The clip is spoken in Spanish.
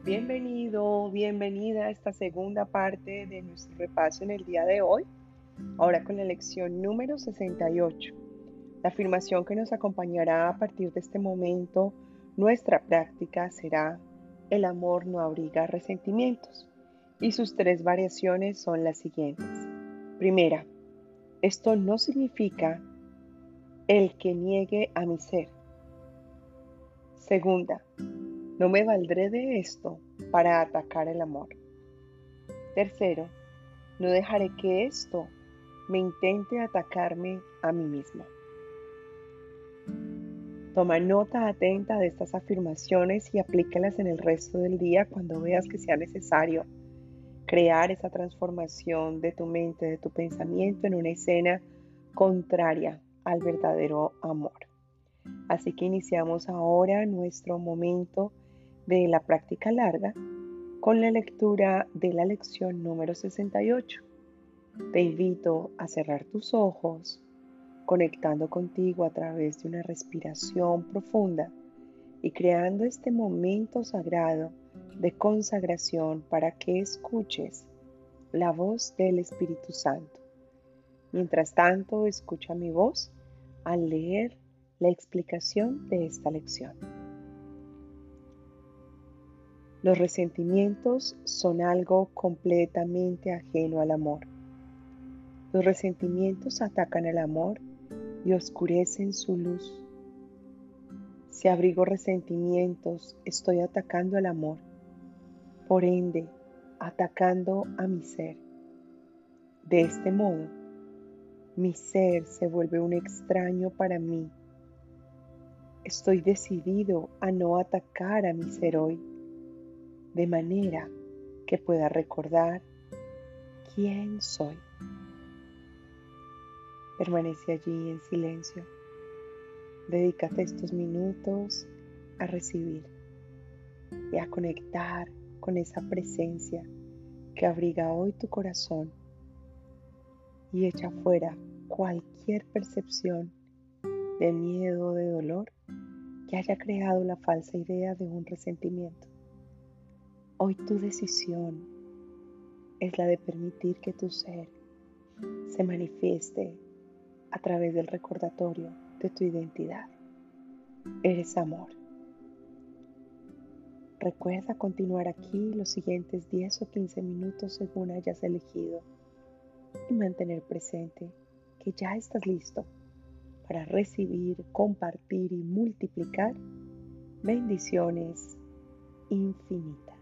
Bienvenido, bienvenida a esta segunda parte de nuestro repaso en el día de hoy, ahora con la lección número 68. La afirmación que nos acompañará a partir de este momento, nuestra práctica será: el amor no abriga resentimientos. Y sus tres variaciones son las siguientes. Primera, esto no significa el que niegue a mi ser. Segunda, no me valdré de esto para atacar el amor. Tercero, no dejaré que esto me intente atacarme a mí mismo. Toma nota atenta de estas afirmaciones y aplícalas en el resto del día cuando veas que sea necesario crear esa transformación de tu mente, de tu pensamiento en una escena contraria al verdadero amor. Así que iniciamos ahora nuestro momento de la práctica larga con la lectura de la lección número 68. Te invito a cerrar tus ojos, conectando contigo a través de una respiración profunda y creando este momento sagrado de consagración para que escuches la voz del Espíritu Santo. Mientras tanto, escucha mi voz al leer la explicación de esta lección. Los resentimientos son algo completamente ajeno al amor. Los resentimientos atacan el amor y oscurecen su luz. Si abrigo resentimientos, estoy atacando el amor, por ende, atacando a mi ser. De este modo, mi ser se vuelve un extraño para mí. Estoy decidido a no atacar a mi ser hoy, de manera que pueda recordar quién soy. Permanece allí en silencio. Dedícate estos minutos a recibir y a conectar con esa presencia que abriga hoy tu corazón y echa fuera cualquier percepción de miedo o de dolor que haya creado la falsa idea de un resentimiento. Hoy tu decisión es la de permitir que tu ser se manifieste a través del recordatorio de tu identidad. Eres amor. Recuerda continuar aquí los siguientes 10 o 15 minutos según hayas elegido y mantener presente que ya estás listo para recibir, compartir y multiplicar bendiciones infinitas.